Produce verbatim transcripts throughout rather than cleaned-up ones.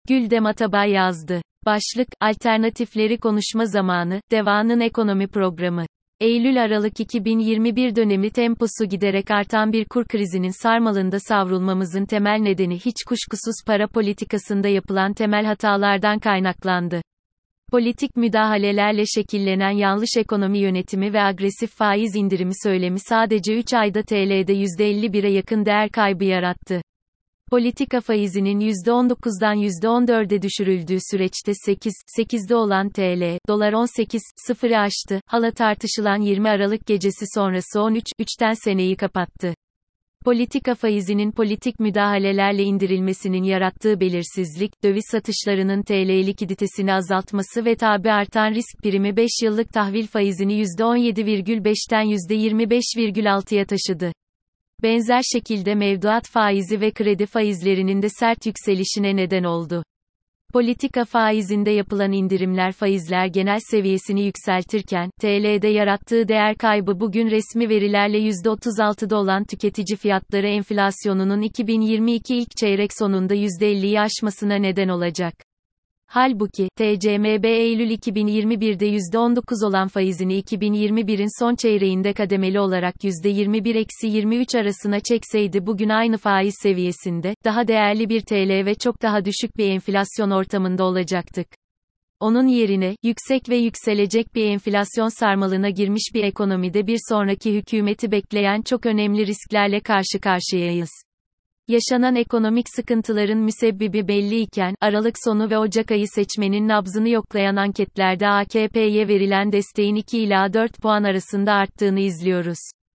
Güldem Atabay yazdı. Başlık, alternatifleri konuşma zamanı, DEVA'nın ekonomi programı. Eylül-Aralık iki bin yirmi bir dönemi temposu giderek artan bir kur krizinin sarmalında savrulmamızın temel nedeni hiç kuşkusuz para politikasında yapılan temel hatalardan kaynaklandı. Politik müdahalelerle şekillenen yanlış ekonomi yönetimi ve agresif faiz indirimi söylemi sadece üç ayda T L'de yüzde elli bire yakın değer kaybı yarattı. Politika faizinin yüzde on dokuzdan yüzde on dörde düşürüldüğü süreçte sekiz virgül sekizde olan T L, dolar on sekiz virgül sıfırı aştı, hala tartışılan yirmi Aralık gecesi sonrası on üç virgül üçten seneyi kapattı. Politika faizinin politik müdahalelerle indirilmesinin yarattığı belirsizlik, döviz satışlarının T L likiditesini azaltması ve tabi artan risk primi beş yıllık tahvil faizini yüzde on yedi virgül beşten yüzde yirmi beş virgül altıya taşıdı. Benzer şekilde mevduat faizi ve kredi faizlerinin de sert yükselişine neden oldu. Politika faizinde yapılan indirimler faizler genel seviyesini yükseltirken, T L'de yarattığı değer kaybı bugün resmi verilerle yüzde otuz altıda olan tüketici fiyatları enflasyonunun iki bin yirmi iki ilk çeyrek sonunda yüzde elliyi aşmasına neden olacak. Halbuki, T C M B Eylül iki bin yirmi birde yüzde on dokuz olan faizini iki bin yirmi birin son çeyreğinde kademeli olarak yüzde yirmi bir yirmi üç arasına çekseydi bugün aynı faiz seviyesinde, daha değerli bir T L ve çok daha düşük bir enflasyon ortamında olacaktık. Onun yerine, yüksek ve yükselecek bir enflasyon sarmalına girmiş bir ekonomide bir sonraki hükümeti bekleyen çok önemli risklerle karşı karşıyayız. Yaşanan ekonomik sıkıntıların müsebbibi belliyken, Aralık sonu ve Ocak ayı seçmenin nabzını yoklayan anketlerde A K P'ye verilen desteğin iki ila dört puan arasında arttığını izliyoruz.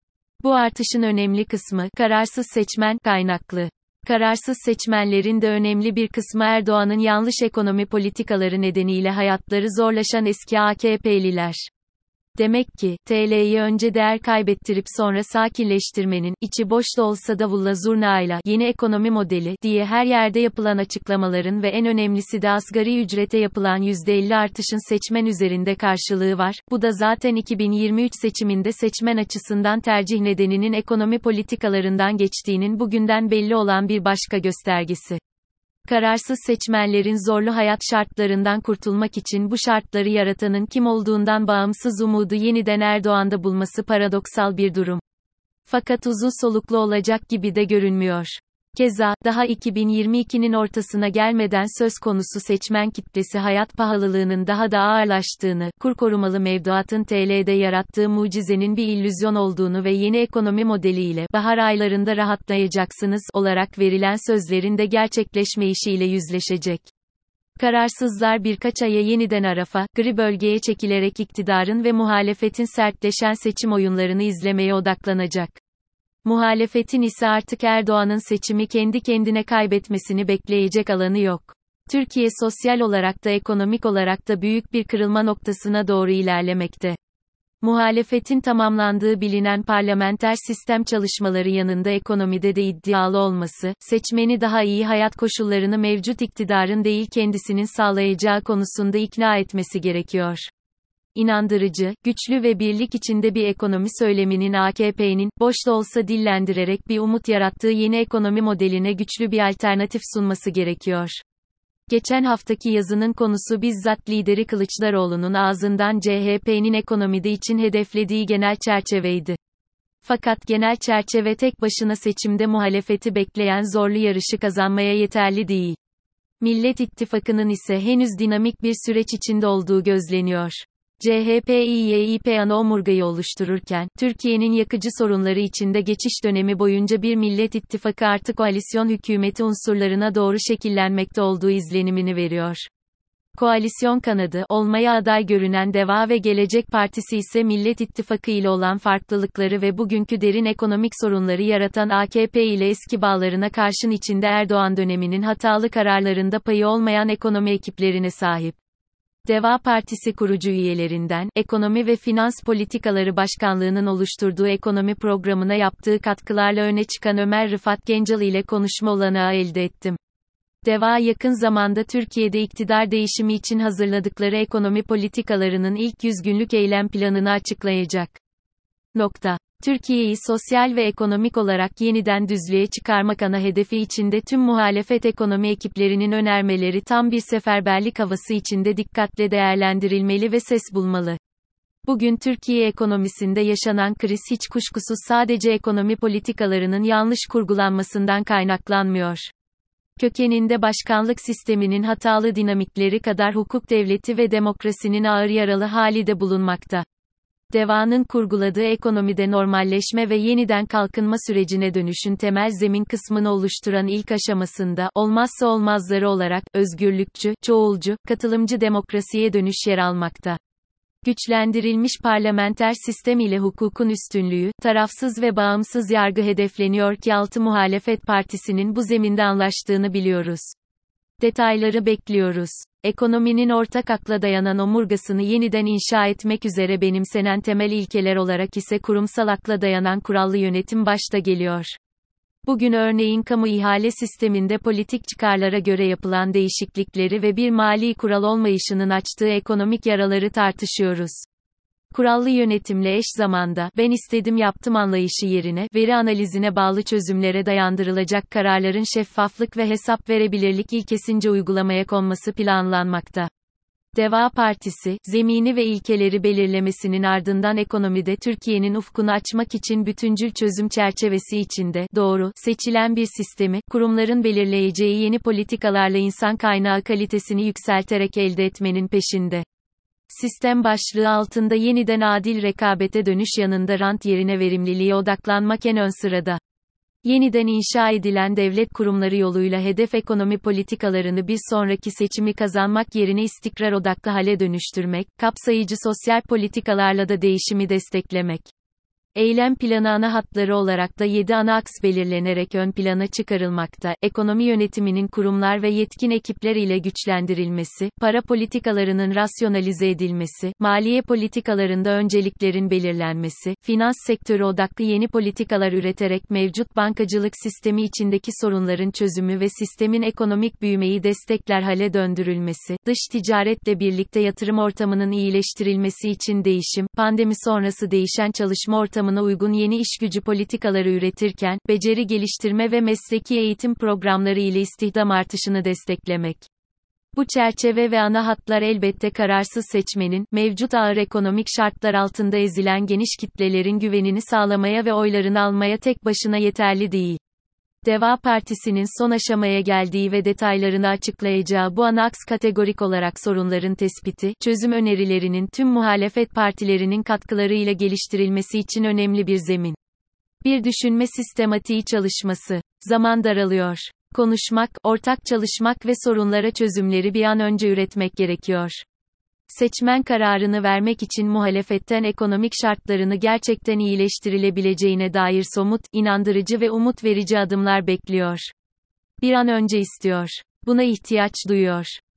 Bu artışın önemli kısmı, kararsız seçmen kaynaklı. Kararsız seçmenlerin de önemli bir kısmı Erdoğan'ın yanlış ekonomi politikaları nedeniyle hayatları zorlaşan eski A K P'liler. Demek ki, T L'yi önce değer kaybettirip sonra sakinleştirmenin, içi boş da olsa davulla zurnayla, yeni ekonomi modeli, diye her yerde yapılan açıklamaların ve en önemlisi de asgari ücrete yapılan yüzde elli artışın seçmen üzerinde karşılığı var, bu da zaten iki bin yirmi üç seçiminde seçmen açısından tercih nedeninin ekonomi politikalarından geçtiğinin bugünden belli olan bir başka göstergesi. Kararsız seçmenlerin zorlu hayat şartlarından kurtulmak için bu şartları yaratanın kim olduğundan bağımsız umudu yeniden Erdoğan'da bulması paradoksal bir durum. Fakat uzun soluklu olacak gibi de görünmüyor. Keza, daha iki bin yirmi ikinin ortasına gelmeden söz konusu seçmen kitlesi hayat pahalılığının daha da ağırlaştığını, kur korumalı mevduatın T L'de yarattığı mucizenin bir illüzyon olduğunu ve yeni ekonomi modeliyle, bahar aylarında rahatlayacaksınız, olarak verilen sözlerin de gerçekleşmeyişiyle yüzleşecek. Kararsızlar birkaç aya yeniden Arafa, gri bölgeye çekilerek iktidarın ve muhalefetin sertleşen seçim oyunlarını izlemeye odaklanacak. Muhalefetin ise artık Erdoğan'ın seçimi kendi kendine kaybetmesini bekleyecek alanı yok. Türkiye sosyal olarak da ekonomik olarak da büyük bir kırılma noktasına doğru ilerlemekte. Muhalefetin tamamlandığı bilinen parlamenter sistem çalışmaları yanında ekonomide de iddialı olması, seçmeni daha iyi hayat koşullarını mevcut iktidarın değil kendisinin sağlayacağı konusunda ikna etmesi gerekiyor. İnandırıcı, güçlü ve birlik içinde bir ekonomi söyleminin A K P'nin, boş da olsa dillendirerek bir umut yarattığı yeni ekonomi modeline güçlü bir alternatif sunması gerekiyor. Geçen haftaki yazının konusu bizzat lideri Kılıçdaroğlu'nun ağzından C H P'nin ekonomide için hedeflediği genel çerçeveydi. Fakat genel çerçeve tek başına seçimde muhalefeti bekleyen zorlu yarışı kazanmaya yeterli değil. Millet İttifakı'nın ise henüz dinamik bir süreç içinde olduğu gözleniyor. C H P İ Y İ P ana omurgayı oluştururken, Türkiye'nin yakıcı sorunları içinde geçiş dönemi boyunca bir Millet İttifakı artık koalisyon hükümeti unsurlarına doğru şekillenmekte olduğu izlenimini veriyor. Koalisyon kanadı, olmaya aday görünen DEVA ve Gelecek Partisi ise Millet İttifakı ile olan farklılıkları ve bugünkü derin ekonomik sorunları yaratan A K P ile eski bağlarına karşın içinde Erdoğan döneminin hatalı kararlarında payı olmayan ekonomi ekiplerine sahip. DEVA Partisi kurucu üyelerinden, Ekonomi ve Finans Politikaları Başkanlığı'nın oluşturduğu ekonomi programına yaptığı katkılarla öne çıkan Ömer Rıfat Gencal ile konuşma olanağı elde ettim. DEVA yakın zamanda Türkiye'de iktidar değişimi için hazırladıkları ekonomi politikalarının ilk yüz günlük eylem planını açıklayacak. Nokta. Türkiye'yi sosyal ve ekonomik olarak yeniden düzlüğe çıkarmak ana hedefi içinde tüm muhalefet ekonomi ekiplerinin önermeleri tam bir seferberlik havası içinde dikkatle değerlendirilmeli ve ses bulmalı. Bugün Türkiye ekonomisinde yaşanan kriz hiç kuşkusuz sadece ekonomi politikalarının yanlış kurgulanmasından kaynaklanmıyor. Kökeninde başkanlık sisteminin hatalı dinamikleri kadar hukuk devleti ve demokrasinin ağır yaralı hali de bulunmakta. DEVA'nın kurguladığı ekonomide normalleşme ve yeniden kalkınma sürecine dönüşün temel zemin kısmını oluşturan ilk aşamasında, olmazsa olmazları olarak, özgürlükçü, çoğulcu, katılımcı demokrasiye dönüş yer almakta. Güçlendirilmiş parlamenter sistem ile hukukun üstünlüğü, tarafsız ve bağımsız yargı hedefleniyor ki altı muhalefet partisinin bu zeminde anlaştığını biliyoruz. Detayları bekliyoruz. Ekonominin ortak akla dayanan omurgasını yeniden inşa etmek üzere benimsenen temel ilkeler olarak ise kurumsal akla dayanan kurallı yönetim başta geliyor. Bugün örneğin kamu ihale sisteminde politik çıkarlara göre yapılan değişiklikleri ve bir mali kural olmayışının açtığı ekonomik yaraları tartışıyoruz. Kurallı yönetimle eş zamanda, ben istedim yaptım anlayışı yerine, veri analizine bağlı çözümlere dayandırılacak kararların şeffaflık ve hesap verebilirlik ilkesince uygulamaya konması planlanmakta. DEVA Partisi, zemini ve ilkeleri belirlemesinin ardından ekonomide Türkiye'nin ufkunu açmak için bütüncül çözüm çerçevesi içinde, doğru, seçilen bir sistemi, kurumların belirleyeceği yeni politikalarla insan kaynağı kalitesini yükselterek elde etmenin peşinde. Sistem başlığı altında yeniden adil rekabete dönüş yanında rant yerine verimliliğe odaklanmak en ön sırada. Yeniden inşa edilen devlet kurumları yoluyla hedef ekonomi politikalarını bir sonraki seçimi kazanmak yerine istikrar odaklı hale dönüştürmek, kapsayıcı sosyal politikalarla da değişimi desteklemek. Eylem planı ana hatları olarak da yedi ana aks belirlenerek ön plana çıkarılmakta, ekonomi yönetiminin kurumlar ve yetkin ekipler ile güçlendirilmesi, para politikalarının rasyonalize edilmesi, maliye politikalarında önceliklerin belirlenmesi, finans sektörü odaklı yeni politikalar üreterek mevcut bankacılık sistemi içindeki sorunların çözümü ve sistemin ekonomik büyümeyi destekler hale döndürülmesi, dış ticaretle birlikte yatırım ortamının iyileştirilmesi için değişim, pandemi sonrası değişen çalışma ortamı uygun yeni işgücü politikaları üretirken, beceri geliştirme ve mesleki eğitim programları ile istihdam artışını desteklemek. Bu çerçeve ve ana hatlar elbette kararsız seçmenin, mevcut ağır ekonomik şartlar altında ezilen geniş kitlelerin güvenini sağlamaya ve oylarını almaya tek başına yeterli değil. DEVA Partisi'nin son aşamaya geldiği ve detaylarını açıklayacağı bu ana aks kategorik olarak sorunların tespiti, çözüm önerilerinin tüm muhalefet partilerinin katkılarıyla geliştirilmesi için önemli bir zemin. Bir düşünme sistematiği çalışması. Zaman daralıyor. Konuşmak, ortak çalışmak ve sorunlara çözümleri bir an önce üretmek gerekiyor. Seçmen kararını vermek için muhalefetten ekonomik şartlarını gerçekten iyileştirilebileceğine dair somut, inandırıcı ve umut verici adımlar bekliyor. Bir an önce istiyor. Buna ihtiyaç duyuyor.